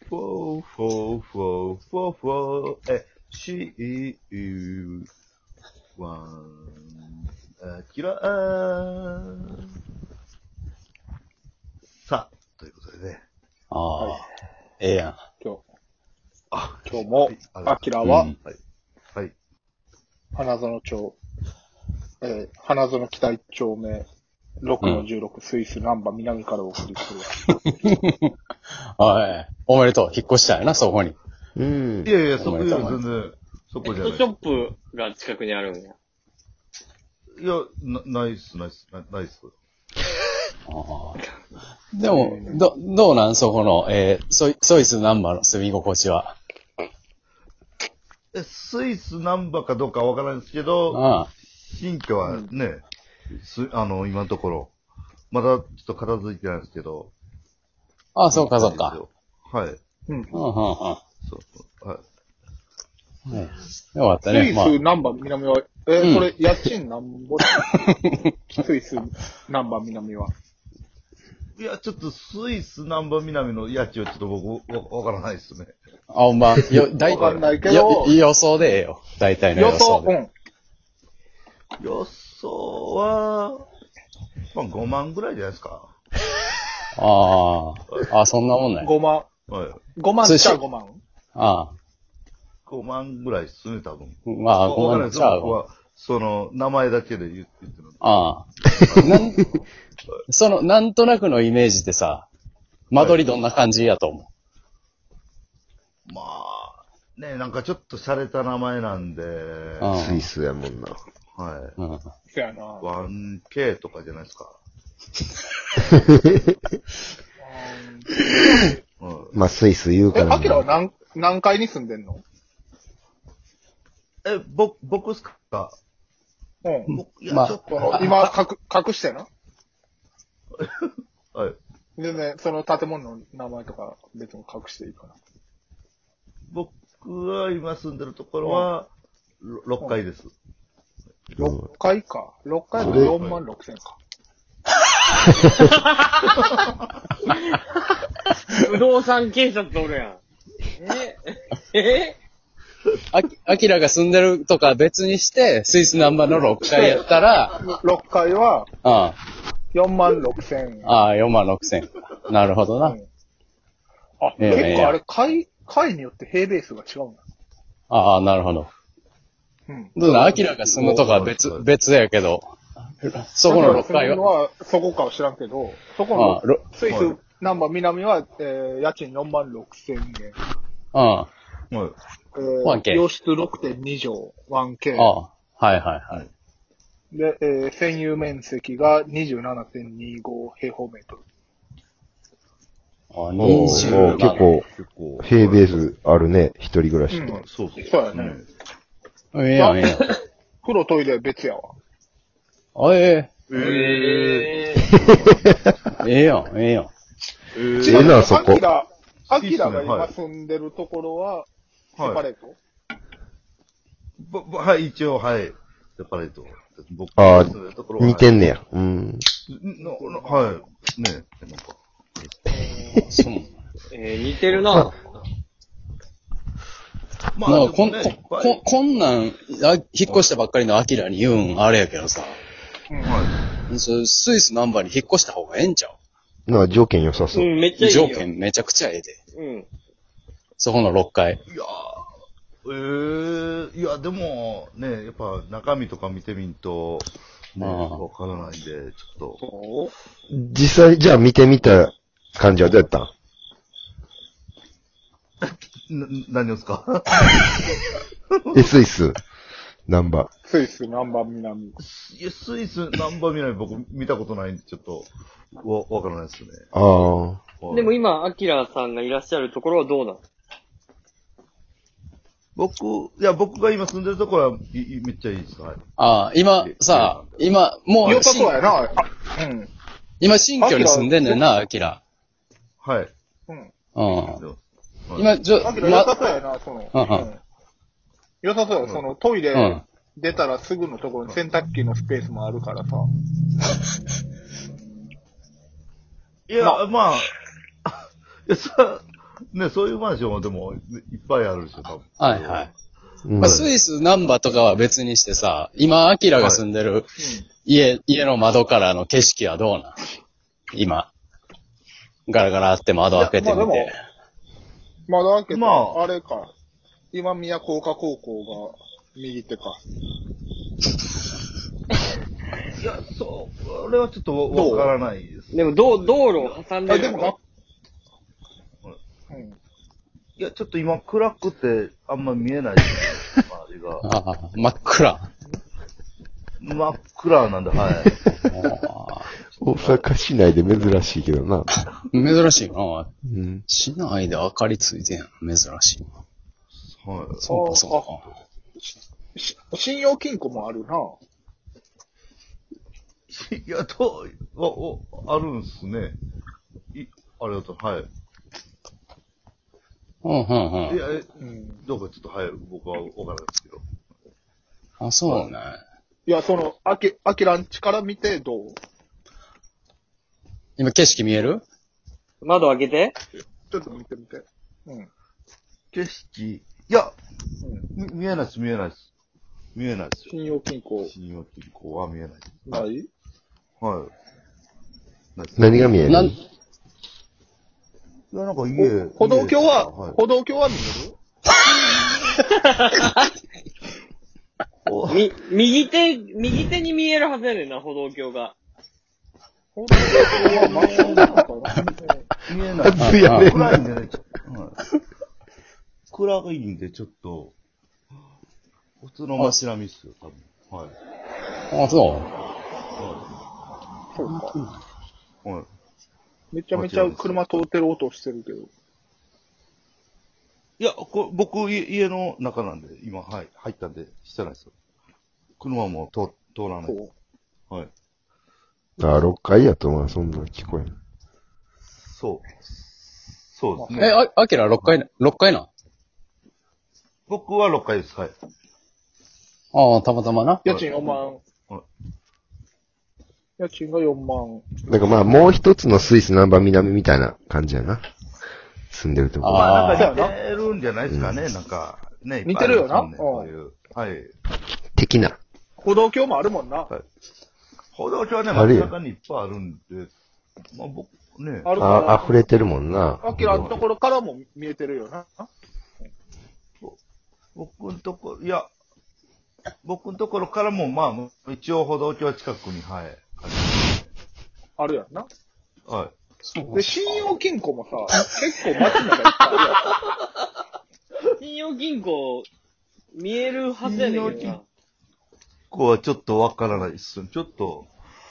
フォーフォーフォーフォーフォー、ワン、キラー。さあ、ということでね。 ああ、 はいええやん。 今日も、アキラは、 はい。はい。 花園町、花園北一丁目、6-16、スイス南波南からお送りするわ。 はい。おめでとう。引っ越したんやな、そこに。 うん。 いやいや、そこじゃ全然、そこじゃない。 ペットショップが近くにあるんや。 いや、ナイス。 ああでも、どうなんそこの、ソイスナンバーの住み心地は。 スイスナンバーかどうかわからないですけど、 ああ新居はね、今のところ、まだちょっと片付いてないですけど。 ああ、そうかそうか。 はい。そうはい。 よかったね。 スイス南波南は、それ、家賃なんぼスイス南波南は。 いや、ちょっとスイス南波南の家賃はちょっと僕、わからないですね。 あ、ほんま。 わかんないけど。 予想でええよ。大体の予想で。 予想は、まあ5万ぐらいじゃないですか。 ああ、そんなもんない。 5万。 はい。 5万っちゃ5万ああ。 5万ぐらいっすね、多分。 まあ、5万っちゃう。 僕は、名前だけで言ってる。 ああ。なんとなくのイメージでさ、間取りどんな感じやと思う。 まあ、ね、なんかちょっと洒落た名前なんで、 スイスやもんな。 はい。 そうやな。 1K とかじゃないですか。 まあ、スイス言うから。 アキラは何階に住んでんの？ 僕っすか？ いや、ちょっと、今、隠してな。 はい。 でね、その建物の名前とか別に隠していいかな。 僕が今住んでるところは、6階です。 6階か。6階で4万6千か。 不動産警察おるやん。 アキラが住んでるとか別にして、スイスナンバーの6階やったら、 6階は、4万6千。 ああ、4万6千。なるほどな。 結構あれ、階によって平米数が違うんだ。 ああ、なるほど。どうだ、アキラが住むとかは別やけど、そこの6階は。 そこかは知らんけど、そこの、スイスナンバー南は、家賃4万6千円。洋室 6.2 畳、1K。 はい。 で、占有面積が 27.25 平方メートル。 結構、平米数あるね、一人暮らし。 そうやね。 ええやん。 風呂トイレ別やわ。 ええやん。 違うな、そこ。アキラが今住んでるところは、セパレート？ はい、一応、はい。セパレート。 ああ、似てんねや。はい。ねなんか。 似てるな。 まあ、こんなん、引っ越したばっかりのアキラに言うんあれやけどさ。スイスナンバーに引っ越した方がええんちゃう？ なんか条件良さそう。 めっちゃいいよ。 条件めちゃくちゃええで。そこの6階。 いや、でも、ね、やっぱ中身とか見てみんと、ね、わからないんで、ちょっと。 実際、じゃあ見てみた感じはどうやったん？ 何をですか？ スイス、ナンバー。 スイス、ナンバー南。 いや、スイス、ナンバー南僕見たことないんで、ちょっと、わからないですね。 でも今、アキラさんがいらっしゃるところはどうなの？ 僕が今住んでるところはめっちゃいいです。はい。 もう。 良さそうやな。 今、新居に住んでんねんな、アキラ。 はい。 今、 アキラ良さそうやな、良さそうや、トイレ出たらすぐのところに洗濯機のスペースもあるからさ。 いや、まあ、 ね、そういうマンションはでも、いっぱいあるでしょ、多分。 はいはい。 うんまあ、スイス、ナンバとかは別にしてさ、今、アキラが住んでる家の窓からの景色はどうなん今。ガラガラって窓開けてみて。 窓開けて、 まああれか。今宮工科高校が右手か。 いや、そう、これはちょっとわからないです。 でも、道路を挟んでる。 でも、 いや、ちょっと今暗くてあんま見えないですね、周りが。 ああ、真っ暗。 真っ暗なんで、はい。 大阪市内で珍しいけどな。 珍しいな。 うん。 市内で明かりついてんの珍しいな。 はい。 そうか、そうか。 信用金庫もあるな。 いや、あるんすね。ありがとう、はい。 うん、うん、うん。 いや、どうかちょっと、はい、僕はわからないですけど。 あ、そうね。 いや、アキラんちから見てどう？ 今景色見える？ 窓開けて。 ちょっと見てみて。うん。 景色、いや、見えないです、見えないです。見えないですよ。 信用金庫。 信用金庫は見えないです。 ない？ はい。 何が見える？ いや、なんか歩道橋は、 はい、 歩道橋は見える？ 右手に見えるはずやねんな、歩道橋が。 歩道橋は真正面から見えない。 初やね。 暗いんでね、はい、暗いんで、ちょっと、普通の街並みっすよ、多分。はい。 あ、そう。 そうか。 はい。 めちゃめちゃ車通ってる音してるけど。 いや、僕、家の中なんで、今、はい、入ったんで、してないですよ。車も通らない。はい。 あ、6階やとまあそんな聞こえん。 そうですね。 アキラ6階な？ 僕は6階です、はい。 ああ、たまたまな。 家賃4万。 はい。 家賃が4万。 なんかまあもう一つのスイス南蛮南みたいな感じやな。住んでるとこ。 まあ、なんか似てるんじゃないですかね、なんか。ね、 似てるよな。 そういう。はい。 的な。 歩道橋もあるもんな。 はい。歩道橋はね、街中にいっぱいあるんで、まあ僕、ね。 あるから。 溢れてるもんな。 アキラのところからも見えてるよな。 僕のところからも、まあ、一応歩道橋近くに、はい。 あるやんな。 はい。 で、信用金庫もさ、結構街の中いっぱいあるやん。 信用金庫、見えるはずやねんけどな。 ここはちょっとわからないですちょっと、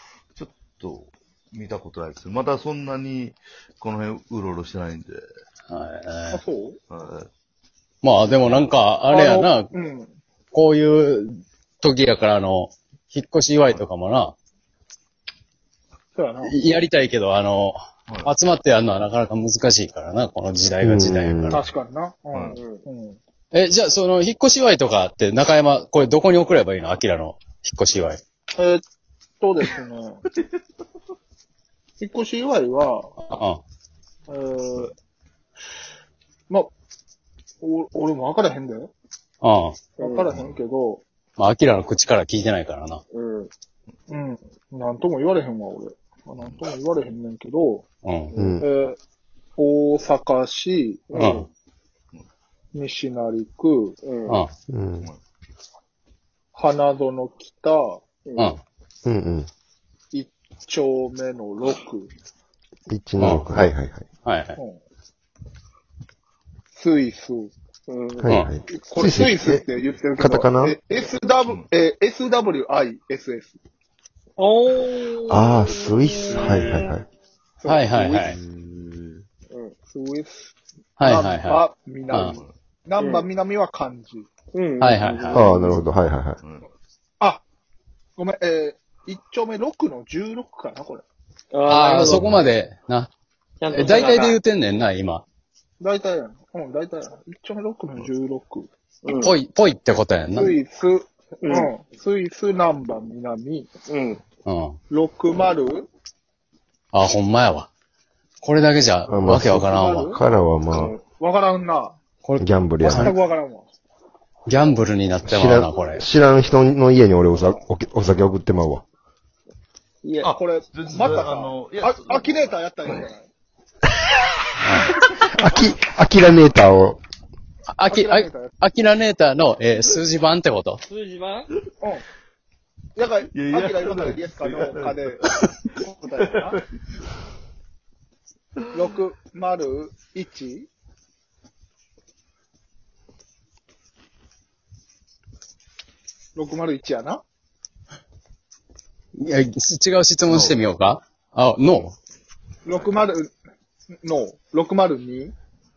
見たことないですまだそんなに、この辺、うろうろしてないんで。 はい。 あ、そうはい。 まあでもなんか、あれやな、 うん。 こういう時やから引っ越し祝いとかもな、 そうやな。 やりたいけど、 はい集まってやるのはなかなか難しいからな、この時代が時代やから。 確かにな。うん。 じゃあその、引っ越し祝いとかって中山、これどこに送ればいいの？アキラの引っ越し祝い。 ですね。引っ越し祝いは、まあ、俺も分からへんだよ。分からへんけど。 まあ、アキラの口から聞いてないからな。 なんとも言われへんわ、俺。なんとも言われへんねんけど、大阪市、西成区、花園北、一丁目の6。 126。はいはいはい。 スイス。 はいはい。 これスイスって言ってるけど。 カタカナ SWISS。 ああ、スイス。はいはいはい。 はいはいはい。 スイス。 はいはいはい。 南波南は漢字。 はいはいはい。 ああ、なるほど。はいはいはい。 あ、ごめん、一丁目6の16かな、これ。 ああ、そこまで、な。大体で言うてんねんな、今。 大体やん。大体やん。一丁目6の16。 ぽいってことやんな。 スイス、南波南。60。 あ、ほんまやわ。 これだけじゃ、 まあわけわからんわ。 からはまわからんな。 これ、 ギャンブルや全な。 くわからんわ。 ギャンブルになってまうな、これ。 知らん人の家に俺お酒送ってまうわ。 いや、 これ、 全然またさ、アキネーターやったらいいんじゃないアキラネーターを、 アキラネーターの、数字版ってこと数字版うん。だから、アキいやいやラ今からイエスかノーかで答えたな。601? 601やな。 いや、違う質問してみようかあ、ノ 60、の、602?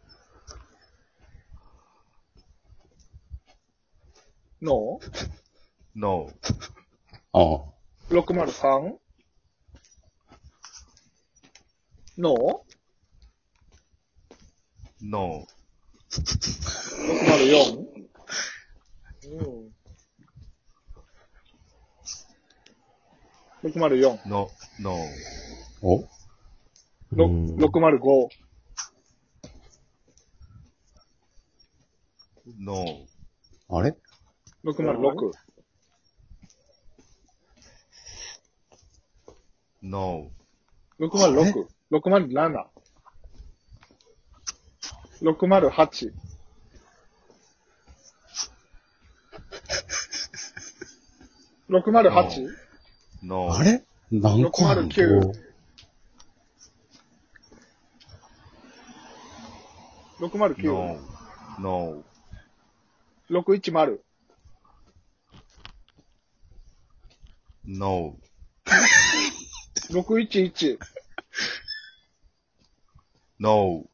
の、 No. ーうん。 603? の、 No. 604? うん。604。 No. No. お 605。 No. あれ 606。 No. 606。607。608。608? No. あれ何個あるの 609。609。 No. No. 610。 No. 611。 No.